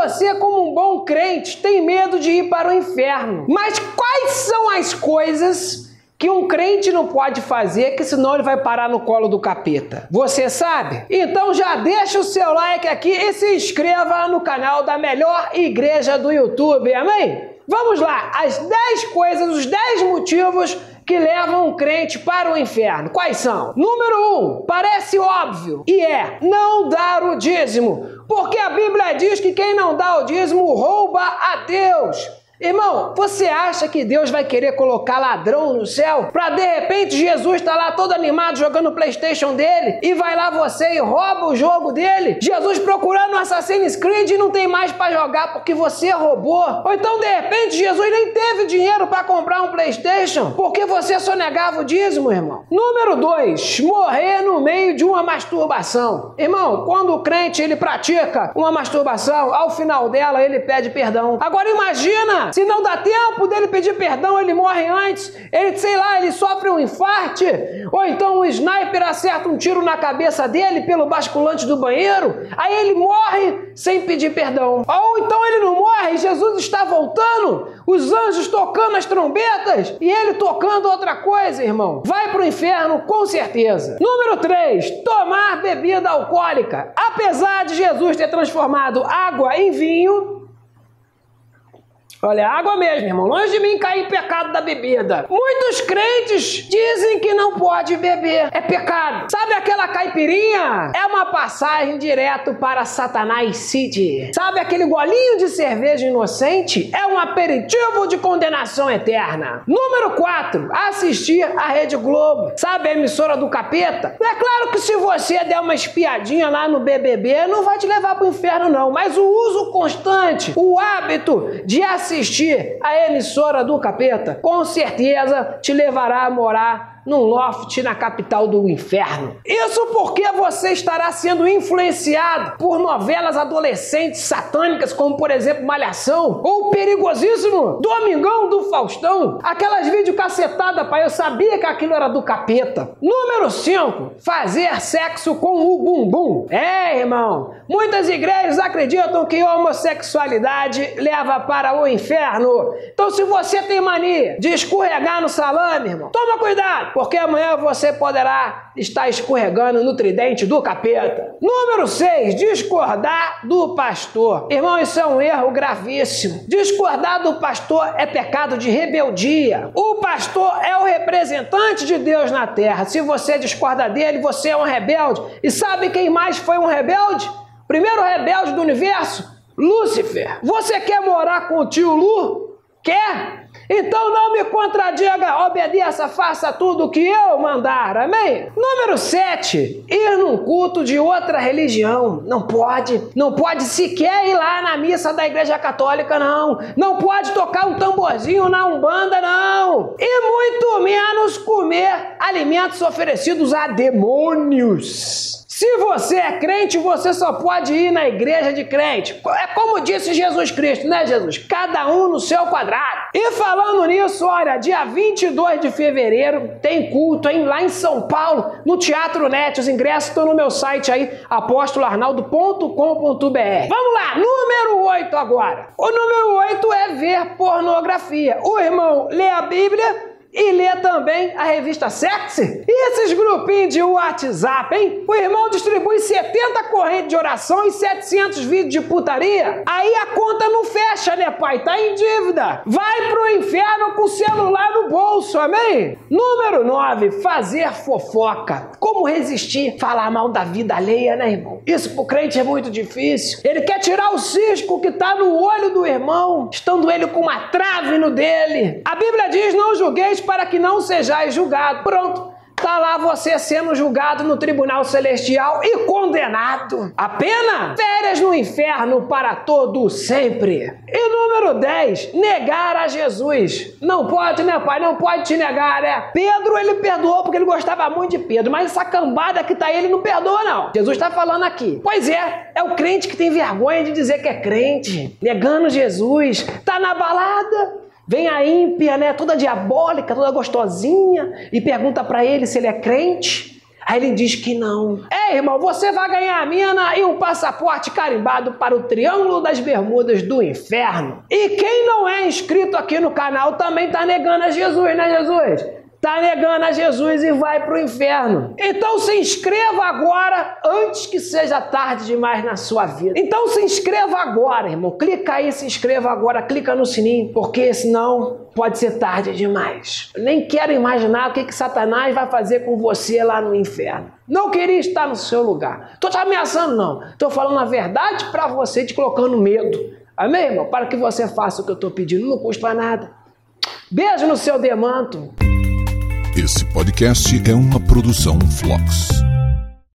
você, como um bom crente, tem medo de ir para o inferno. Mas quais são as coisas que um crente não pode fazer, que senão ele vai parar no colo do capeta? Você sabe? Então já deixa o seu like aqui e se inscreva no canal da melhor igreja do YouTube, amém? Vamos lá, as 10 coisas, os 10 motivos que levam um crente para o inferno. Quais são? Número 1, parece óbvio, e é não dar o dízimo, porque a Bíblia diz que quem não dá o dízimo rouba a Deus. Irmão, você acha que Deus vai querer colocar ladrão no céu? Pra de repente Jesus tá lá todo animado jogando o PlayStation dele e vai lá você e rouba o jogo dele? Jesus procurando o Assassin's Creed e não tem mais pra jogar porque você roubou? Ou então de repente Jesus nem teve dinheiro pra comprar um PlayStation porque você só negava o dízimo, irmão? Número 2, morrer no meio de uma masturbação. Irmão, quando o crente ele pratica uma masturbação, ao final dela ele pede perdão. Agora imagina, se não dá tempo dele pedir perdão, ele morre antes, ele, sei lá, ele sofre um infarte, ou então um sniper acerta um tiro na cabeça dele pelo basculante do banheiro, aí ele morre sem pedir perdão. Ou então ele não morre, Jesus está voltando, os anjos tocando as trombetas, e ele tocando outra coisa, irmão. Vai para o inferno com certeza. Número 3, tomar bebida alcoólica. Apesar de Jesus ter transformado água em vinho, olha, água mesmo, irmão. Longe de mim cair pecado da bebida. Muitos crentes dizem que não pode beber. É pecado. Sabe aquela caipirinha? É uma passagem direto para Satanás City. Sabe aquele golinho de cerveja inocente? É um aperitivo de condenação eterna. Número 4, assistir a Rede Globo. Sabe a emissora do capeta? É claro que se você der uma espiadinha lá no BBB, não vai te levar para o inferno não. Mas o uso constante, o hábito de assistir a emissora do capeta, com certeza te levará a morar num loft na capital do inferno. Isso porque você estará sendo influenciado por novelas adolescentes satânicas, como por exemplo Malhação, ou perigosíssimo Domingão do Faustão, aquelas videocacetadas, pai, eu sabia que aquilo era do capeta. Número 5, fazer sexo com o bumbum. É, irmão, muitas igrejas acreditam que a homossexualidade leva para o inferno. Então se você tem mania de escorregar no salame, irmão, toma cuidado, porque amanhã você poderá estar escorregando no tridente do capeta. Número 6, discordar do pastor. Irmão, isso é um erro gravíssimo. Discordar do pastor é pecado de rebeldia. O pastor é o representante de Deus na terra. Se você discorda dele, você é um rebelde. E sabe quem mais foi um rebelde? Primeiro rebelde do universo? Lúcifer. Você quer morar com o tio Lu? Quer? Então não me contradiga, obedeça, faça tudo o que eu mandar, amém? Número 7, ir num culto de outra religião. Não pode sequer ir lá na missa da igreja católica, não. Não pode tocar um tamborzinho na Umbanda, não. E muito menos comer alimentos oferecidos a demônios. Se você é crente, você só pode ir na igreja de crente. É como disse Jesus Cristo, né, Jesus? Cada um no seu quadrado. E falando nisso, olha, dia 22 de fevereiro tem culto, hein, lá em São Paulo, no Teatro Net. Os ingressos estão no meu site aí, apóstoloarnaldo.com.br. Vamos lá, número 8 agora. O número 8 é ver pornografia. O irmão lê a Bíblia e lê também a revista Sexy. E esses grupinhos de WhatsApp, hein? O irmão distribui 70 correntes de oração e 700 vídeos de putaria. Aí a conta não fecha, né, pai? Tá em dívida. Vai pro inferno com o celular no bolso, amém? Número 9, fazer fofoca. Como resistir? Falar mal da vida alheia, né, irmão? Isso pro crente é muito difícil. Ele quer tirar o cisco que tá no olho do irmão, estando ele com uma trave no dele. A Bíblia diz, não julgueis para que não sejais julgado. Pronto. Tá lá você sendo julgado no tribunal celestial e condenado. A pena? Férias no inferno para todo sempre. E número 10, negar a Jesus. Não pode, né, pai? Não pode te negar, né? Pedro, ele perdoou porque ele gostava muito de Pedro, mas essa cambada que tá aí, ele não perdoa, não. Jesus tá falando aqui. Pois é o crente que tem vergonha de dizer que é crente, negando Jesus. Tá na balada, vem a ímpia, né, toda diabólica, toda gostosinha, e pergunta para ele se ele é crente. Aí ele diz que não. Irmão, você vai ganhar a mina e um passaporte carimbado para o Triângulo das Bermudas do Inferno. E quem não é inscrito aqui no canal também tá negando a Jesus, né, Jesus? Tá negando a Jesus e vai pro inferno. Então se inscreva agora antes que seja tarde demais na sua vida. Então se inscreva agora, irmão. Clica aí, se inscreva agora, clica no sininho, porque senão pode ser tarde demais. Eu nem quero imaginar o que Satanás vai fazer com você lá no inferno. Não queria estar no seu lugar. Tô te ameaçando, não. Tô falando a verdade para você, te colocando medo. Amém, irmão? Para que você faça o que eu tô pedindo, não custa nada. Beijo no seu demanto. Esse podcast é uma produção Flux.